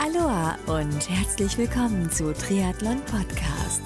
Aloha und herzlich willkommen zu Triathlon Podcast.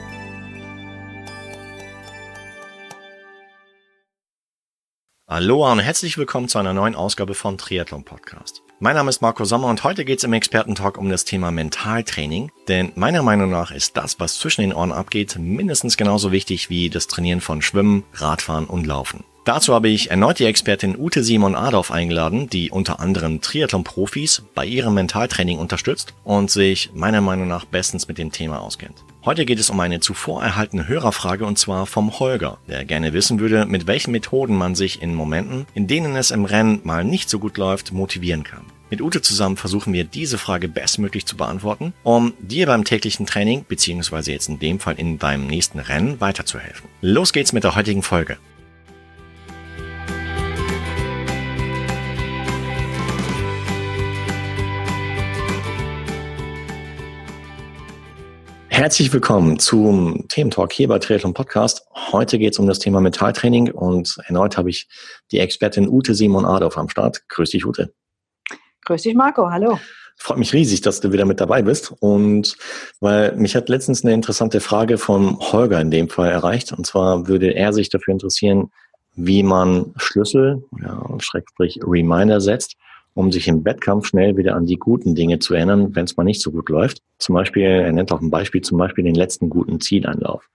Aloha und herzlich willkommen zu einer neuen Ausgabe von Triathlon Podcast. Mein Name ist Marco Sommer und heute geht es im Expertentalk um das Thema Mentaltraining, denn meiner Meinung nach ist das, was zwischen den Ohren abgeht, mindestens genauso wichtig wie das Trainieren von Schwimmen, Radfahren und Laufen. Dazu habe ich erneut die Expertin Ute Simon Adolf eingeladen, die unter anderem Triathlon-Profis bei ihrem Mentaltraining unterstützt und sich meiner Meinung nach bestens mit dem Thema auskennt. Heute geht es um eine zuvor erhaltene Hörerfrage und zwar vom Holger, der gerne wissen würde, mit welchen Methoden man sich in Momenten, in denen es im Rennen mal nicht so gut läuft, motivieren kann. Mit Ute zusammen versuchen wir diese Frage bestmöglich zu beantworten, um dir beim täglichen Training bzw. jetzt in dem Fall in deinem nächsten Rennen weiterzuhelfen. Los geht's mit der heutigen Folge. Herzlich willkommen zum Thementalk hier bei Triathlon Podcast. Heute geht es um das Thema Mentaltraining und erneut habe ich die Expertin Ute Simon Adolf am Start. Grüß dich, Ute. Grüß dich, Marco. Hallo. Freut mich riesig, dass du wieder mit dabei bist und weil mich hat letztens eine interessante Frage vom Holger in dem Fall erreicht und zwar würde er sich dafür interessieren, wie man Schlüssel, Schrägstrich Reminder setzt, um sich im Wettkampf schnell wieder an die guten Dinge zu erinnern, wenn es mal nicht so gut läuft. Zum Beispiel, er nennt auch ein Beispiel, zum Beispiel den letzten guten Zieleinlauf.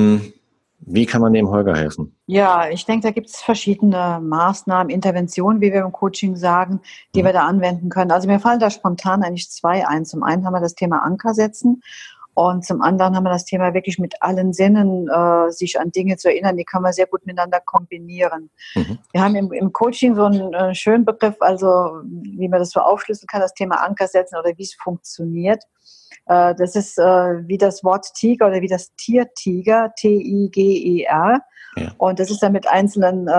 Wie kann man dem Holger helfen? Ja, ich denke, da gibt es verschiedene Maßnahmen, Interventionen, wie wir im Coaching sagen, die wir da anwenden können. Also mir fallen da spontan eigentlich zwei ein. Zum einen haben wir das Thema Anker setzen. Und zum anderen haben wir das Thema wirklich mit allen Sinnen, sich an Dinge zu erinnern, die kann man sehr gut miteinander kombinieren. Wir haben im Coaching so einen schönen Begriff, also wie man das so aufschlüsseln kann, das Thema Anker setzen oder wie es funktioniert. Das ist wie das Wort Tiger oder wie das Tier Tiger, Tiger. Ja. Und das ist dann mit einzelnen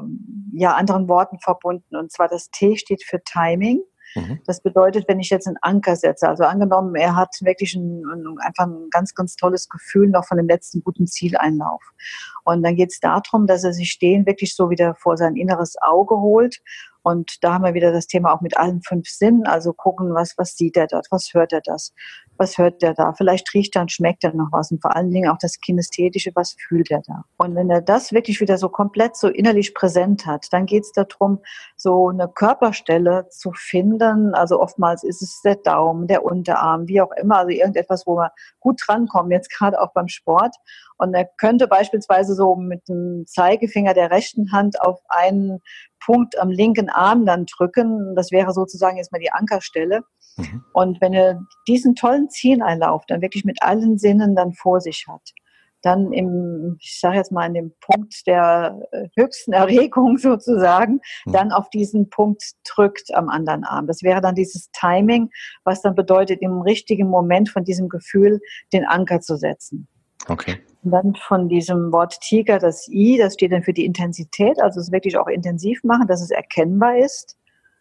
anderen Worten verbunden. Und zwar das T steht für Timing. Das bedeutet, wenn ich jetzt einen Anker setze, also angenommen, er hat wirklich einfach ein ganz, ganz tolles Gefühl noch von dem letzten guten Zieleinlauf. Und dann geht es darum, dass er sich den wirklich so wieder vor sein inneres Auge holt. Und da haben wir wieder das Thema auch mit allen 5 Sinnen, also gucken, was sieht er dort, was hört er was hört er da, vielleicht riecht er und schmeckt er noch was und vor allen Dingen auch das Kinästhetische, was fühlt er da. Und wenn er das wirklich wieder so komplett so innerlich präsent hat, dann geht es darum, so eine Körperstelle zu finden, also oftmals ist es der Daumen, der Unterarm, wie auch immer, also irgendetwas, wo wir gut drankommen, jetzt gerade auch beim Sport. Und er könnte beispielsweise so mit dem Zeigefinger der rechten Hand auf einen Punkt am linken Arm dann drücken. Das wäre sozusagen jetzt mal die Ankerstelle. Und wenn er diesen tollen Zieleinlauf dann wirklich mit allen Sinnen dann vor sich hat, dann ich sage jetzt mal in dem Punkt der höchsten Erregung sozusagen, dann auf diesen Punkt drückt am anderen Arm. Das wäre dann dieses Timing, was dann bedeutet, im richtigen Moment von diesem Gefühl den Anker zu setzen. Okay. Und dann von diesem Wort Tiger, das I, das steht dann für die Intensität, also es wirklich auch intensiv machen, dass es erkennbar ist.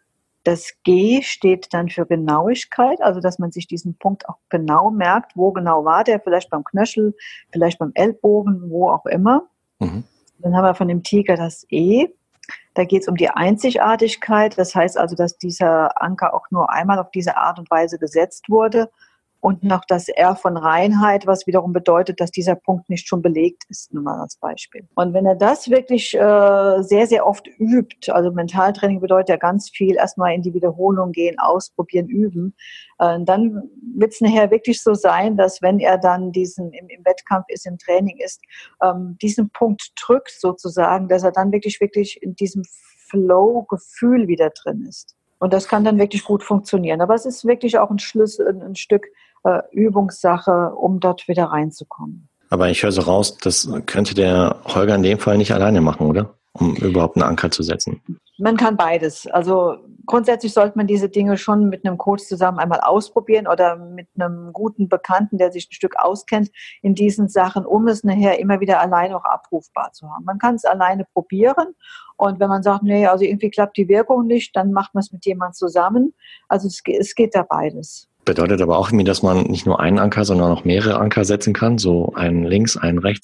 Das G steht dann für Genauigkeit, also dass man sich diesen Punkt auch genau merkt, wo genau war der, vielleicht beim Knöchel, vielleicht beim Ellbogen, wo auch immer. Dann haben wir von dem Tiger das E, da geht es um die Einzigartigkeit, das heißt also, dass dieser Anker auch nur einmal auf diese Art und Weise gesetzt wurde. Und noch das R von Reinheit, was wiederum bedeutet, dass dieser Punkt nicht schon belegt ist, nur mal als Beispiel. Und wenn er das wirklich sehr, sehr oft übt, also Mentaltraining bedeutet ja ganz viel, erstmal in die Wiederholung gehen, ausprobieren, üben, dann wird es nachher wirklich so sein, dass wenn er dann im Wettkampf ist, im Training ist, diesen Punkt drückt sozusagen, dass er dann wirklich in diesem Flow-Gefühl wieder drin ist. Und das kann dann wirklich gut funktionieren. Aber es ist wirklich auch ein Stück Übungssache, um dort wieder reinzukommen. Aber ich höre so raus, das könnte der Holger in dem Fall nicht alleine machen, oder? Um überhaupt einen Anker zu setzen. Man kann beides. Also grundsätzlich sollte man diese Dinge schon mit einem Coach zusammen einmal ausprobieren oder mit einem guten Bekannten, der sich ein Stück auskennt in diesen Sachen, um es nachher immer wieder alleine auch abrufbar zu haben. Man kann es alleine probieren und wenn man sagt, nee, also irgendwie klappt die Wirkung nicht, dann macht man es mit jemandem zusammen. Also es geht da beides. Bedeutet aber auch irgendwie, dass man nicht nur einen Anker, sondern auch mehrere Anker setzen kann, so einen links, einen rechts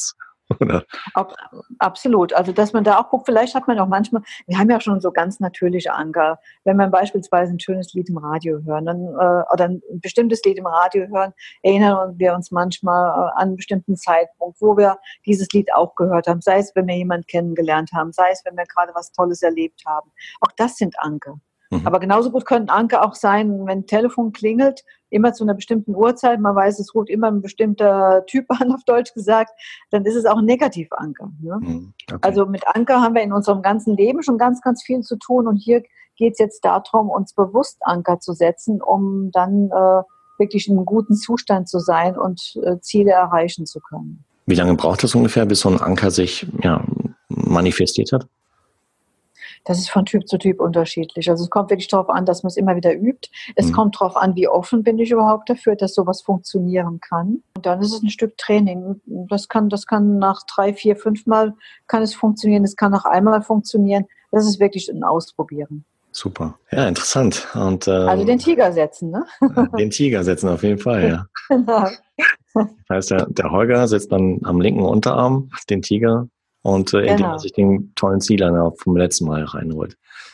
Oder? Absolut. Also, dass man da auch guckt, vielleicht hat man auch manchmal, wir haben ja schon so ganz natürliche Anker. Wenn wir beispielsweise ein schönes Lied im Radio hören, oder ein bestimmtes Lied im Radio hören, erinnern wir uns manchmal an einen bestimmten Zeitpunkt, wo wir dieses Lied auch gehört haben. Sei es, wenn wir jemanden kennengelernt haben, sei es, wenn wir gerade was Tolles erlebt haben. Auch das sind Anker. Aber genauso gut können Anker auch sein, wenn ein Telefon klingelt, immer zu einer bestimmten Uhrzeit, man weiß, es ruft immer ein bestimmter Typ an, auf Deutsch gesagt, dann ist es auch ein Negativanker. Ne? Okay. Also mit Anker haben wir in unserem ganzen Leben schon ganz, ganz viel zu tun und hier geht es jetzt darum, uns bewusst Anker zu setzen, um dann wirklich in einem guten Zustand zu sein und Ziele erreichen zu können. Wie lange braucht es ungefähr, bis so ein Anker sich manifestiert hat? Das ist von Typ zu Typ unterschiedlich. Also es kommt wirklich darauf an, dass man es immer wieder übt. Es kommt darauf an, wie offen bin ich überhaupt dafür, dass sowas funktionieren kann. Und dann ist es ein Stück Training. Das kann nach 3, 4, 5 Mal kann es funktionieren. Es kann nach einmal funktionieren. Das ist wirklich ein Ausprobieren. Super. Ja, interessant. Und, also den Tiger setzen, ne? Den Tiger setzen auf jeden Fall, ja. Genau. Das heißt, der Holger setzt dann am linken Unterarm den Tiger und indem er sich den tollen Zieliner vom letzten Mal reinholt.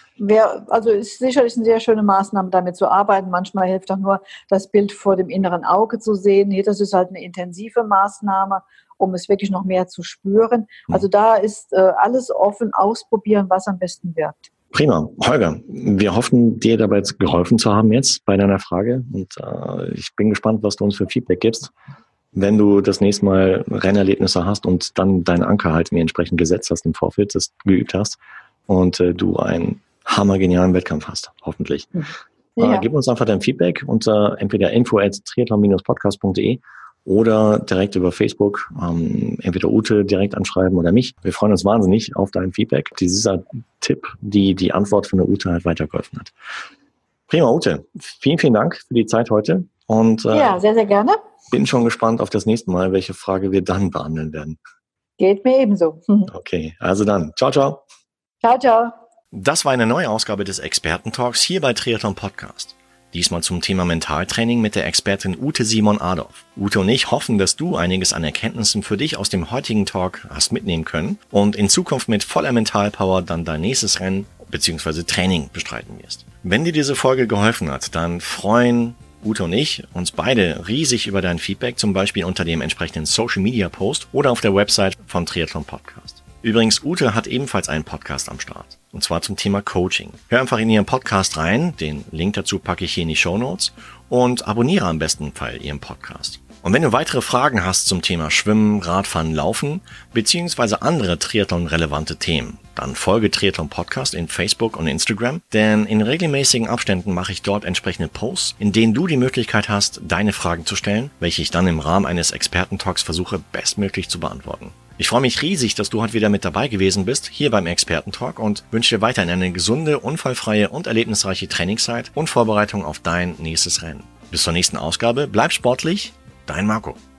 Also ist sicherlich eine sehr schöne Maßnahme, damit zu arbeiten. Manchmal hilft auch nur, das Bild vor dem inneren Auge zu sehen. Hier, das ist halt eine intensive Maßnahme, um es wirklich noch mehr zu spüren. Also da ist alles offen, ausprobieren, was am besten wirkt. Prima. Holger, wir hoffen, dir dabei geholfen zu haben jetzt bei deiner Frage. Und ich bin gespannt, was du uns für Feedback gibst, wenn du das nächste Mal Rennerlebnisse hast und dann deinen Anker halt mir entsprechend gesetzt hast im Vorfeld, das geübt hast und du einen hammergenialen Wettkampf hast, hoffentlich. Ja. Gib uns einfach dein Feedback unter entweder info@triathlon-podcast.de oder direkt über Facebook, entweder Ute direkt anschreiben oder mich. Wir freuen uns wahnsinnig auf dein Feedback. Dieser Tipp, die Antwort von der Ute halt weitergeholfen hat. Prima, Ute. Vielen, vielen Dank für die Zeit heute. Und ja, sehr, sehr gerne. Bin schon gespannt auf das nächste Mal, welche Frage wir dann behandeln werden. Geht mir ebenso. Okay, also dann. Ciao, ciao. Ciao, ciao. Das war eine neue Ausgabe des Experten-Talks hier bei Triathlon Podcast. Diesmal zum Thema Mentaltraining mit der Expertin Ute Simon Adolf. Ute und ich hoffen, dass du einiges an Erkenntnissen für dich aus dem heutigen Talk hast mitnehmen können und in Zukunft mit voller Mentalpower dann dein nächstes Rennen bzw. Training bestreiten wirst. Wenn dir diese Folge geholfen hat, dann freuen Ute und ich uns beide riesig über dein Feedback, zum Beispiel unter dem entsprechenden Social Media Post oder auf der Website von Triathlon Podcast. Übrigens, Ute hat ebenfalls einen Podcast am Start. Und zwar zum Thema Coaching. Hör einfach in ihren Podcast rein. Den Link dazu packe ich hier in die Shownotes. Und abonniere am besten Fall ihren Podcast. Und wenn du weitere Fragen hast zum Thema Schwimmen, Radfahren, Laufen beziehungsweise andere Triathlon-relevante Themen, dann folge Triathlon Podcast in Facebook und Instagram, denn in regelmäßigen Abständen mache ich dort entsprechende Posts, in denen du die Möglichkeit hast, deine Fragen zu stellen, welche ich dann im Rahmen eines Experten-Talks versuche, bestmöglich zu beantworten. Ich freue mich riesig, dass du heute wieder mit dabei gewesen bist, hier beim Experten-Talk und wünsche dir weiterhin eine gesunde, unfallfreie und erlebnisreiche Trainingszeit und Vorbereitung auf dein nächstes Rennen. Bis zur nächsten Ausgabe, bleib sportlich, dein Marco.